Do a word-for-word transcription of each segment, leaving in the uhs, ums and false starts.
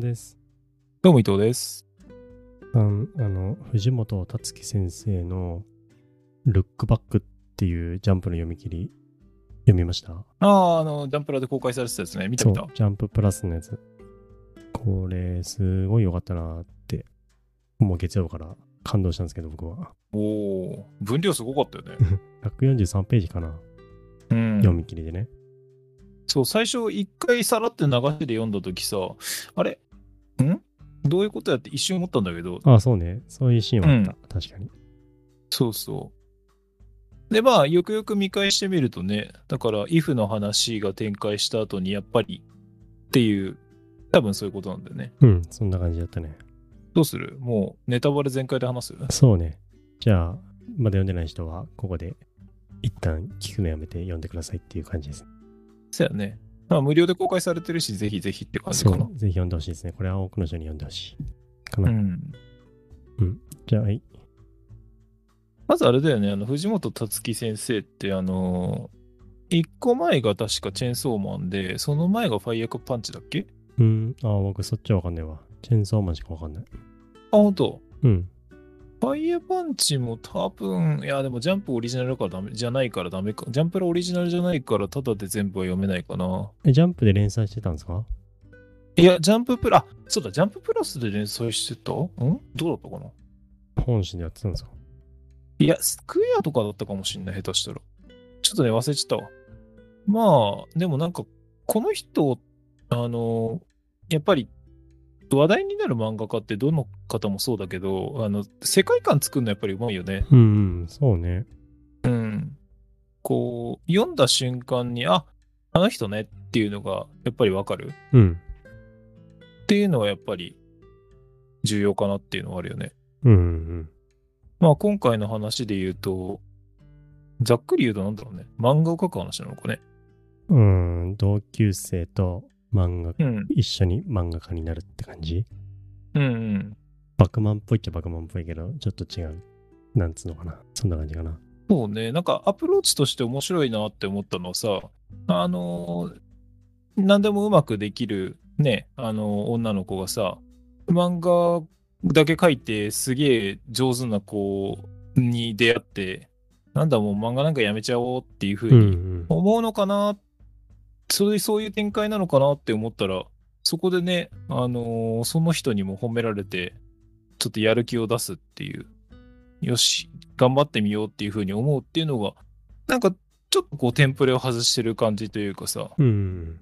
です。 どうも伊藤です。 あの、あの藤本タツキ先生のルックバックっていうジャンプの読み切り読みました？ ああ、あの、ジャンプラで公開されてたやつね。見た見た。 そう、ジャンププラスのやつ。これ、すごい良かったなって、もう月曜から感動したんですけど、僕は。 おお、分量すごかったよね。 ひゃくよんじゅうさんページかな。 うん。 読み切りでね。 そう、最初一回さらって流しで読んだときさ、あれんどういうことやって一瞬思ったんだけど。 ああ、そうね。そういうシーンはあった。うん、確かに。 そうそう。で、まあ、よくよく見返してみるとね、だから、イフの話が展開した後に、やっぱりっていう、多分そういうことなんだよね。 うん、そんな感じだったね。 どうする？もう、ネタバレ全開で話す？ そうね。じゃあ、まだ読んでない人は、ここで、一旦聞くのやめて読んでくださいっていう感じです。 そうやね。まあ、無料で公開されてるし、ぜひぜひって感じかな。 そう、ぜひ読んでほしいですね。これは多くの人に読んでほしいかな。 うん。 うん。じゃあ、はい。 まずあれだよね、あの、藤本タツキ先生って、あのー、一個前が確かチェーンソーマンで、その前がファイヤーパンチだっけ？ うん。ああ、僕そっちはわかんないわ。チェーンソーマンしかわかんない。 あ、ほんと。 うん。 ファイヤーパンチも多分、いや、でもジャンプオリジナルからダメ、じゃないからダメか。ジャンプラオリジナルじゃないから、ただで全部は読めないかな。 え、ジャンプで連載してたんですか？ いや、ジャンププラ、あ、そうだ、ジャンププラスで連載してた？んどうだったかな？ 本誌でやってたんですか？ いや、スクエアとかだったかもしんない、下手したら。ちょっとね、忘れちゃったわ。まあ、でもなんか、この人、あの、やっぱり、話題になる漫画家ってどの方もそうだけど、あの、世界観作るのやっぱりうまいよね。 うん、うん、そうね。 うん。こう、読んだ瞬間に、あ、あの人ねっていうのがやっぱりわかる。 うん。 っていうのはやっぱり重要かなっていうのはあるよね。 うん、うん。 まあ今回の話で言うと、ざっくり言うとなんだろうね。漫画を描く話なのかね。 うん、同級生と漫画、 うん。 一緒に漫画家になるって感じ？ うんうん。 バクマンっぽいっちゃバクマンっぽいけど、ちょっと違う。なんつうのかな。そんな感じかな。 そうね。なんかアプローチとして面白いなって思ったのはさ、あのー何でもうまくできるね、あのー女の子がさ、漫画だけ描いてすげえ上手な子に出会って、なんだもう漫画なんかやめちゃおうっていう風に思うのかな、そういう、そういう展開なのかなって思ったら、そこでね、あのーその人にも褒められて、ちょっとやる気を出すっていう、よし、頑張ってみようっていう風に思うっていうのが、なんかちょっとこうテンプレを外してる感じというかさ、 うん。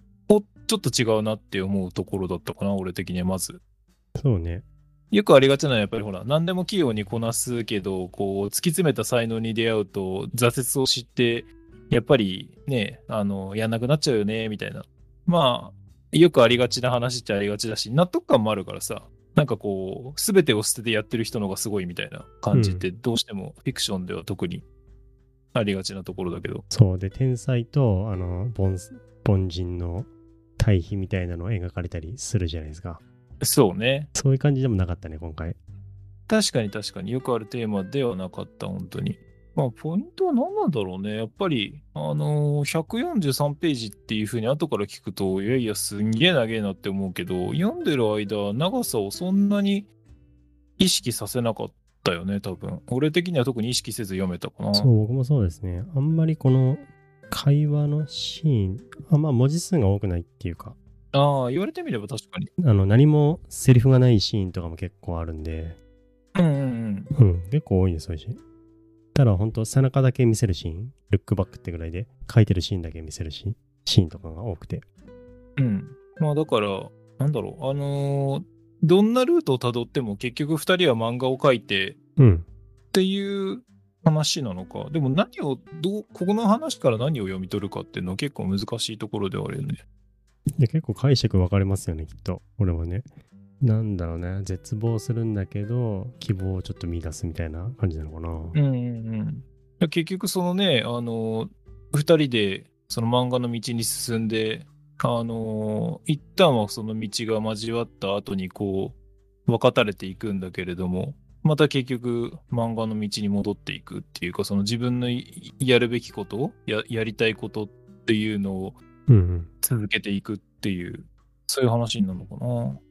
お、ちょっと違うなって思うところだったかな、俺的にはまず。 そうね。 よくありがちなのはやっぱりほら、何でも器用にこなすけど、こう、突き詰めた才能に出会うと、挫折を知って、やっぱりね、あの、やんなくなっちゃうよね、みたいな。まあ、よくありがちな話っちゃありがちだし、納得感もあるからさ、なんかこう、すべてを捨ててやってる人の方がすごいみたいな感じって、どうしてもフィクションでは特にありがちなところだけど。 そうで、天才と、あの、凡、凡人の対比みたいなのを描かれたりするじゃないですか。 そうね。 そういう感じでもなかったね、今回。 確かに確かによくあるテーマではなかった、本当に。まあ、ポイントは何なんだろうね。やっぱり、あのー、ひゃくよんじゅうさんページっていう風に後から聞くと、いやいや、すんげえ長えなって思うけど、読んでる間、長さをそんなに意識させなかったよね、多分。俺的には特に意識せず読めたかな。 そう、僕もそうですね。あんまりこの会話のシーン、あんま文字数が多くないっていうか、 ああ、言われてみれば確かに。 あの、何もセリフがないシーンとかも結構あるんで、 うんうんうん。 うん、結構多いね、そういうシーン。ただ、ほんと、背中だけ見せるシーン、ルックバックってぐらいで、書いてるシーンだけ見せるシーン、シーンとかが多くて。 うん。まあ、だから、なんだろう、あのーどんなルートをたどっても結局二人は漫画を描いて、 うん。 っていう話なのか。でも何を、どう、ここの話から何を読み取るかっていうのは結構難しいところではあるよね。 で、結構解釈分かれますよね、きっと。俺はね。なんだろうね。絶望するんだけど、希望をちょっと見出すみたいな感じなのかな。 うんうんうん。結局そのね、あの、二人でその漫画の道に進んで、あの、一旦はその道が交わった後にこう、分かたれていくんだけれども、また結局漫画の道に戻っていくっていうか、その自分のやるべきことや、やりたいことっていうのを続けていくっていう、うんうん、そういう話になるのかな。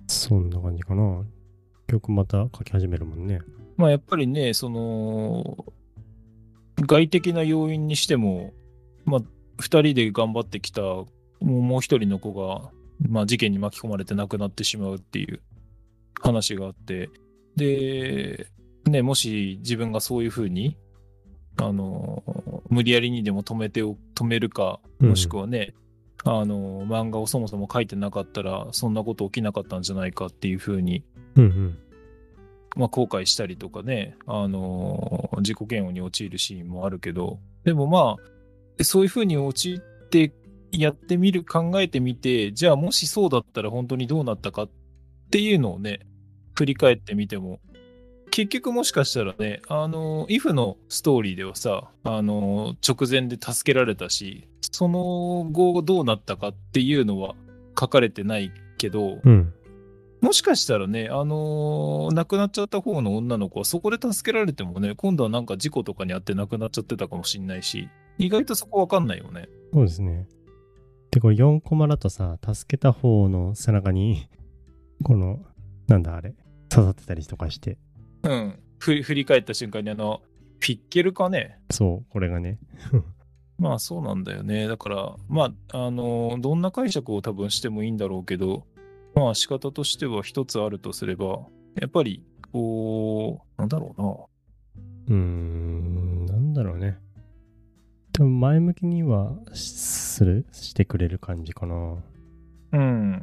そんな感じかな。曲また書き始めるもんね。 まあやっぱりね、その、外的な要因にしても、まあ、二人で頑張ってきた、もうもう一人の子が、まあ事件に巻き込まれて亡くなってしまうっていう話があって、で、ね、もし自分がそういうふうに、あの、無理やりにでも止めてお、止めるか、 うんもしくはね、あの、漫画をそもそも書いてなかったら、そんなこと起きなかったんじゃないかっていうふうに、 うんうん。 まあ、後悔したりとかね、あのー自己嫌悪に陥るシーンもあるけど、でもまあ、そういうふうに陥ってやってみる、考えてみて、じゃあもしそうだったら本当にどうなったかっていうのをね、振り返ってみても、結局もしかしたらね、あのー、イフのストーリーではさ、あのー直前で助けられたし、その後どうなったかっていうのは書かれてないけど、 うん。 もしかしたらね、あのー亡くなっちゃった方の女の子はそこで助けられてもね、今度はなんか事故とかにあって亡くなっちゃってたかもしんないし、意外とそこわかんないよね。 そうですね。で、これよんコマだとさ、助けた方の背中に、この、なんだあれ、刺さってたりとかして。 うん。ふ振り返った瞬間にあの、ピッケルかね。 そう、これがね。 まあそうなんだよね。だから、まあ、あのーどんな解釈を多分してもいいんだろうけど、まあ仕方としては一つあるとすれば、やっぱり、こう、なんだろうな。 うーん、なんだろうね。多分前向きにはしする、してくれる感じかな。 うん。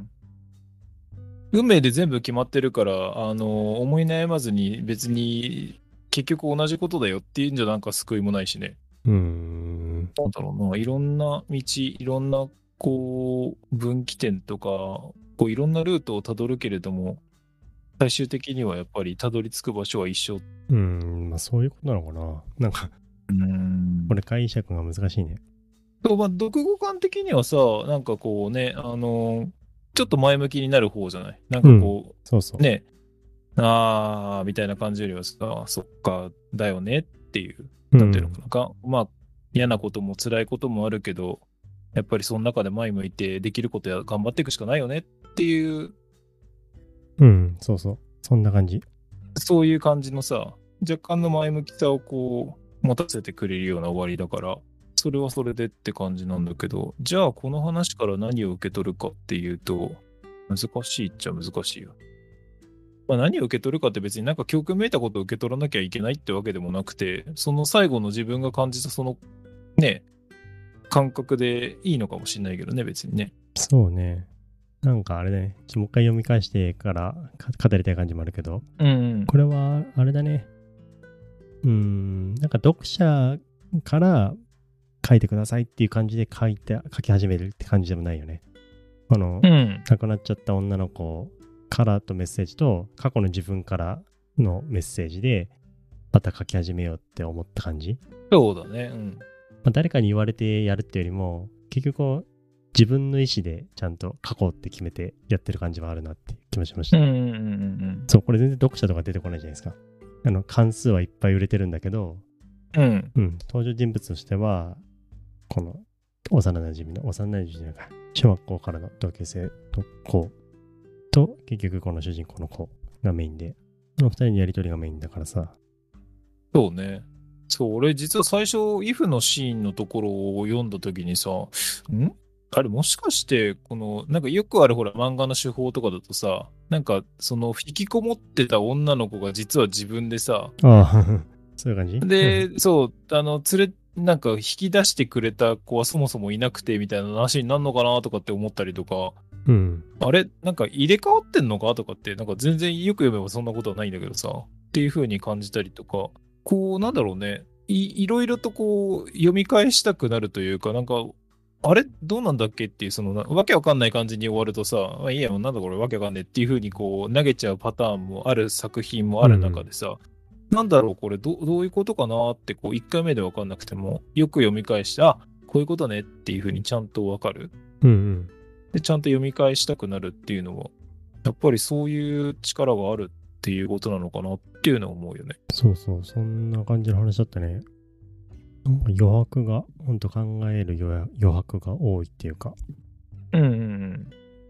運命で全部決まってるから、あの、思い悩まずに別に結局同じことだよっていうんじゃなんか救いもないしね。 うーん、 なんだろうな、いろんな道、いろんなこう分岐点とか、こういろんなルートをたどるけれども、最終的にはやっぱりたどり着く場所は一緒。 うーん、まあそういうことなのかな。なんか、 うーん。 これ解釈が難しいね。 そう、まあ、読後感的にはさ、なんかこうね、あのちょっと前向きになる方じゃない。なんうん、 かこそうそう。 う、ね、あー、みたいな感じよりはさ、そっか、だよねっていう、なんていうのうん、 かな。かまあ、嫌なことも辛いこともあるけど、やっぱりその中で前向いてできることや頑張っていくしかないよねっていう、 うん、そうそう。そんな感じ。 そういう感じのさ、若干の前向きさをこう、持たせてくれるような終わりだから、それはそれでって感じなんだけど、じゃあこの話から何を受け取るかっていうと、難しいっちゃ難しいよ。まあ、何を受け取るかって別になんか教訓めいたことを受け取らなきゃいけないってわけでもなくて、その最後の自分が感じたそのね、感覚でいいのかもしれないけどね、別にね。 そうね。なんかあれね、ちょもう一回読み返してからか語りたい感じもあるけど、 うん。 これはあれだね。うーん、なんか読者から書いてくださいっていう感じで書いて、書き始めるって感じでもないよね。この、 うん。 亡くなっちゃった女の子からとメッセージと、過去の自分からのメッセージで、また書き始めようって思った感じ。 そうだね。うん。 まあ、誰かに言われてやるっていうよりも、結局自分の意思でちゃんと書こうって決めてやってる感じはあるなって気もしました。 うんうんうんうんそう、これ全然読者とか出てこないじゃないですか。あの、関数はいっぱい売れてるんだけど、 うん。うん。 うん、登場人物としては、この幼馴染の、幼馴染じゃないか、小学校からの同級生の子と、結局この主人公の子がメインで、この二人のやりとりがメインだからさ。 そうね。そう、俺実は最初、イフのシーンのところを読んだ時にさ、んあれもしかして、この、なんかよくあるほら漫画の手法とかだとさ、なんかその引きこもってた女の子が実は自分でさ、 ああ、そういう感じ。 で、そう、あの、連れ、なんか引き出してくれた子はそもそもいなくてみたいな話になるのかなとかって思ったりとか、 うん。 あれなんか入れ替わってんのかとかって、なんか全然よく読めばそんなことはないんだけどさ、っていう風に感じたりとか、こう、なんだろうね、い、いろいろとこう、読み返したくなるというか、なんか、あれどうなんだっけっていう、そのな、わけわかんない感じに終わるとさ、まあ、いいや、もうなんだこれわけわかんねえっていう風にこう、投げちゃうパターンもある作品もある中でさ、なんだろうこれど、どういうことかなってこう、一回目でわかんなくても、よく読み返して、あ、こういうことねっていう風にちゃんとわかる。 うんうん。 で、ちゃんと読み返したくなるっていうのは、やっぱりそういう力があるっていうことなのかなっていうのは思うよね。 そうそう、そんな感じの話だったね。なんか余白が、ほんと考える余余白が多いっていうか。 うんうんうん。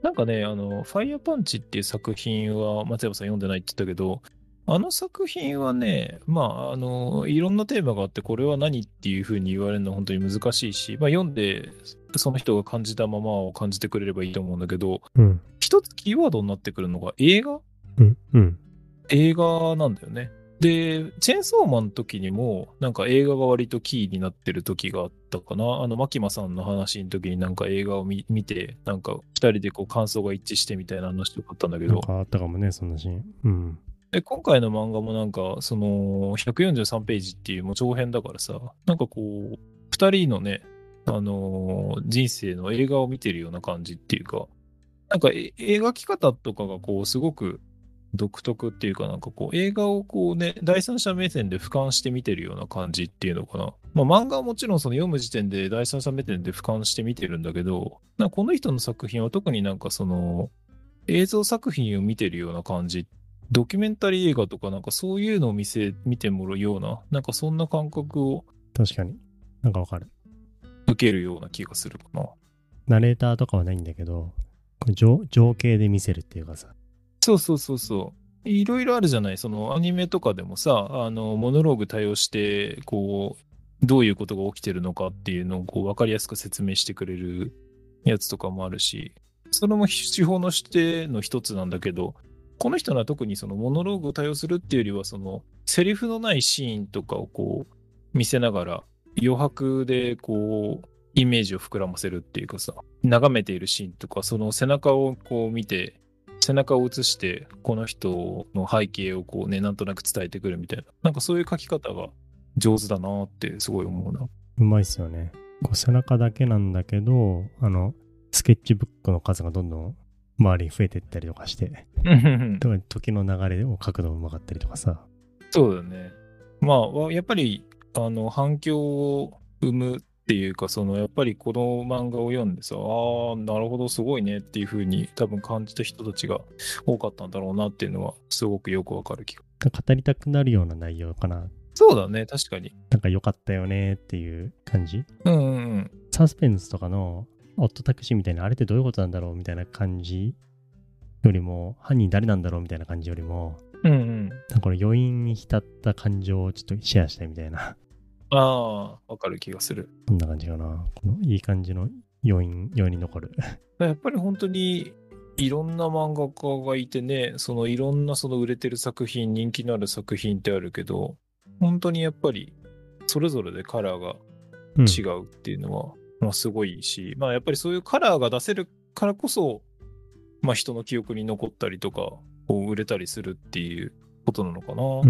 なんかね、あの、ファイヤーパンチっていう作品は松山さん読んでないって言ったけど、あの作品はね、まあ、あの、いろんなテーマがあって、これは何っていうふうに言われるのは本当に難しいし、まあ、読んで、その人が感じたままを感じてくれればいいと思うんだけど、 うん。 一つキーワードになってくるのが映画うん。うん。 映画なんだよね。で、チェーンソーマンの時にも、なんか映画が割とキーになってる時があったかな。あの、マキマさんの話の時になんか映画を見見て、なんか二人でこう感想が一致してみたいな話とかあったんだけど、 なんかあったかもね、そんなシーン。うん。 で、今回の漫画もなんか、その、ひゃくよんじゅうさんページっていうもう長編だからさ、なんかこう、二人のね、あのー人生の映画を見てるような感じっていうか、なんかえ描き方とかがこう、すごく独特っていうかなんかこう、映画をこうね、第三者目線で俯瞰して見てるような感じっていうのかな。まあ漫画はもちろんその読む時点で第三者目線で俯瞰して見てるんだけど、なんかこの人の作品は特になんかその、映像作品を見てるような感じ。ドキュメンタリー映画とかなんかそういうのを見せ、見てもらうような、なんかそんな感覚を確かに。なんかわかる。 受けるような気がするかな。 ナレーターとかはないんだけど、これ情情景で見せるっていうかさ。 そうそうそうそう。いろいろあるじゃない。そのアニメとかでもさ、あの、モノローグ多用して、こう、どういうことが起きてるのかっていうのをこう分かりやすく説明してくれるやつとかもあるし、それも手法のしての一つなんだけど、この人のは特にそのモノローグを多用するっていうよりは、そのセリフのないシーンとかをこう見せながら余白でこうイメージを膨らませるっていうかさ、眺めているシーンとか、その背中をこう見て、背中を映して、この人の背景をこうね、なんとなく伝えてくるみたいな。なんかそういう書き方が上手だなってすごい思うな。 うまいっすよね。こう背中だけなんだけど、あの、スケッチブックの数がどんどん周りに増えていったりとかして、特に時の流れを角度がうまかったりとかさ。 そうだね。まあ、やっぱり、あの、反響を生むっていうか、その、やっぱりこの漫画を読んでさ、ああ、なるほど、すごいねっていう風に多分感じた人たちが多かったんだろうなっていうのは、すごくよくわかる気が。 語りたくなるような内容かな。 そうだね、確かに。 なんか良かったよねっていう感じ。 うんうんうん。 サスペンスとかのオットタクシーみたいな、あれってどういうことなんだろうみたいな感じよりも、犯人誰なんだろうみたいな感じよりも、 うんうん。 なんかこの余韻に浸った感情をちょっとシェアしたいみたいな、 ああ、わかる気がする。 そんな感じかな。このいい感じの余韻、余韻に残る。 やっぱり本当にいろんな漫画家がいてね、そのいろんなその売れてる作品、人気のある作品ってあるけど、本当にやっぱりそれぞれでカラーがうん。 違うっていうのは、まあすごいし、まあやっぱりそういうカラーが出せるからこそ、まあ人の記憶に残ったりとか、こう売れたりするっていうことなのかな。 うん、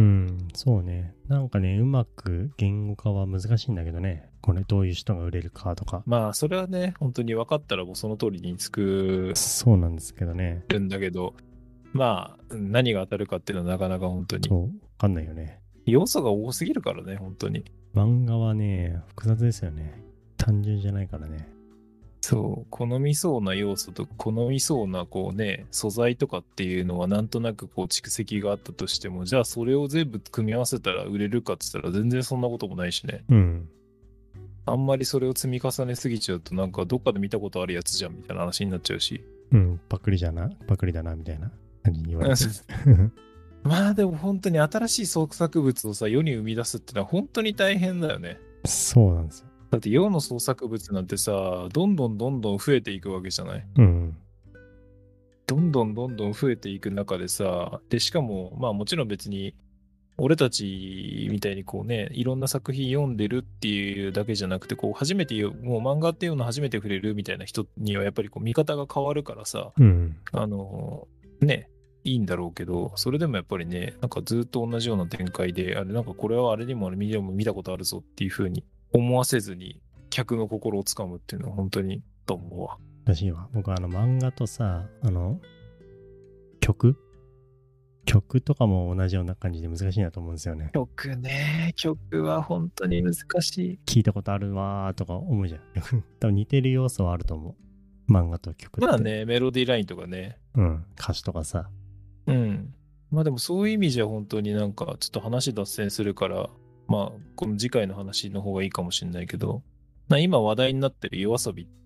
そうね。なんかね、うまく言語化は難しいんだけどね。これどういう人が売れるかとか。 まあそれはね、本当に分かったらもうその通りに作そうなんですけどね。 るんだけど、まあ何が当たるかっていうのはなかなか本当にそう、わかんないよね。 要素が多すぎるからね、本当に。 漫画はね、複雑ですよね。単純じゃないからね。 そう、好みそうな要素と好みそうなこうね、素材とかっていうのはなんとなくこう蓄積があったとしても、じゃあそれを全部組み合わせたら売れるかって言ったら全然そんなこともないしね。 うん。 あんまりそれを積み重ねすぎちゃうとなんかどっかで見たことあるやつじゃんみたいな話になっちゃうし。 うん、パクリじゃな、パクリだな、みたいな感じに言われて。 まあでも本当に新しい創作物をさ、世に生み出すってのは本当に大変だよね。 そうなんですよ。 だって世の創作物なんてさ、どんどんどんどん増えていくわけじゃない。 うん。 どんどんどんどん増えていく中でさ、で、しかも、まあもちろん別に、俺たちみたいにこうね、いろんな作品読んでるっていうだけじゃなくて、こう初めて言う、もう漫画っていうの初めて触れるみたいな人にはやっぱりこう見方が変わるからさ、 うん。 あの、ね、いいんだろうけど、それでもやっぱりね、なんかずっと同じような展開で、あれなんかこれはあれにもあれにも見たことあるぞっていう風に思わせずに、客の心をつかむっていうのは本当にと思うわ。 らしいわ。僕はあの漫画とさ、あの、曲曲とかも同じような感じで難しいなと思うんですよね。 曲ね、曲は本当に難しい。 聞いたことあるわーとか思うじゃん。多分似てる要素はあると思う。漫画と曲って。 まあね、メロディーラインとかね。 うん。歌詞とかさ。 うん。まあでもそういう意味じゃ本当になんかちょっと話脱線するから、まあこの次回の話の方がいいかもしれないけど、まあ今話題になってる夜遊びっ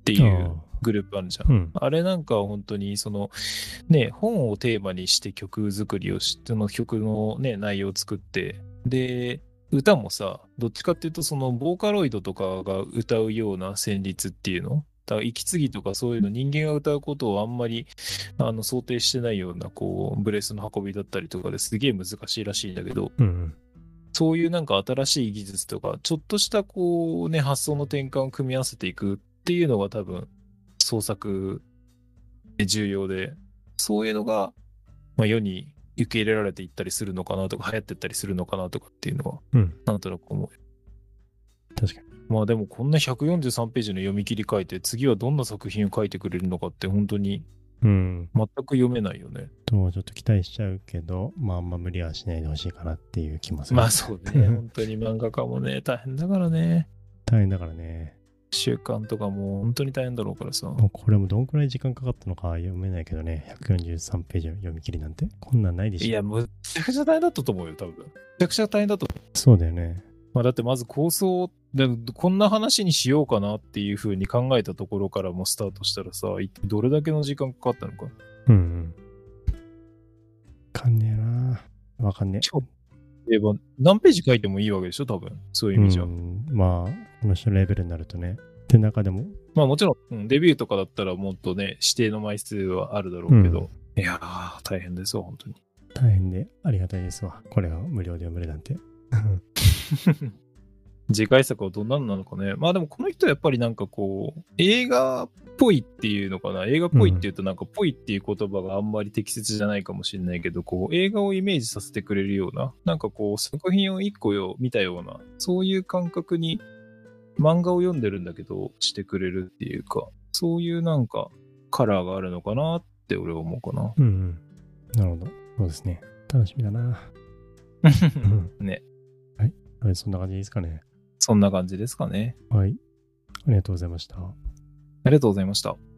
っていうグループあるじゃん。 うん。 あれなんかは本当にそのね、本をテーマにして曲作りをして、その曲のね、内容を作って、で、歌もさ、どっちかっていうとそのボーカロイドとかが歌うような旋律っていうのだから息継ぎとかそういうの人間が歌うことをあんまりあの想定してないようなこうブレスの運びだったりとかですげえ難しいらしいんだけど、 うんうん。 そういうなんか新しい技術とか、ちょっとしたこうね、発想の転換を組み合わせていくっていうのが多分創作で重要で、そういうのが、まあ、世に受け入れられていったりするのかなとか、流行ってったりするのかなとかっていうのは、 うん。 なんとなく思う。 確かに。 まあでもこんなひゃくよんじゅうさんページの読み切り書いて、次はどんな作品を書いてくれるのかって本当にうん。 全く読めないよね。 と、ちょっと期待しちゃうけど、まああんま無理はしないでほしいかなっていう気もする。 まあそうね、本当に漫画家もね、大変だからね。 大変だからね。 週刊とかも本当に大変だろうからさ。 もうこれもどんくらい時間かかったのか読めないけどね、ひゃくよんじゅうさんページの読み切りなんて、こんなんないでしょ。 いや、むちゃくちゃ大変だったと思うよ、多分。むちゃくちゃ大変だと思う。 そうだよね。 まあ、だってまず構想で、こんな話にしようかなっていう風に考えたところからもスタートしたらさ、一体どれだけの時間かかったのか。 うんうん。わかんねえな。わかんねえ。 ちょ言えば何ページ書いてもいいわけでしょ、多分。そういう意味じゃ。 うん、まあ、この人レベルになるとね。で、中でも、 まあもちろん、うん、デビューとかだったらもっとね、指定の枚数はあるだろうけど。いやー、大変ですわ、本当に。 大変でありがたいですわ。これが無料で読めるなんて。 次回作はどんなのなのかね。まあでもこの人はやっぱりなんかこう、映画っぽいっていうのかな。映画っぽいっていうとなんかぽいっていう言葉があんまり適切じゃないかもしれないけど、こう映画をイメージさせてくれるような、なんかこう作品を一個よ見たような、そういう感覚に漫画を読んでるんだけどしてくれるっていうか、そういうなんかカラーがあるのかなって俺は思うかな。 うんうん。なるほど。そうですね。楽しみだな。 ね。 はい、そんな感じですかね。 そんな感じですかね。 はい。ありがとうございました。 ありがとうございました。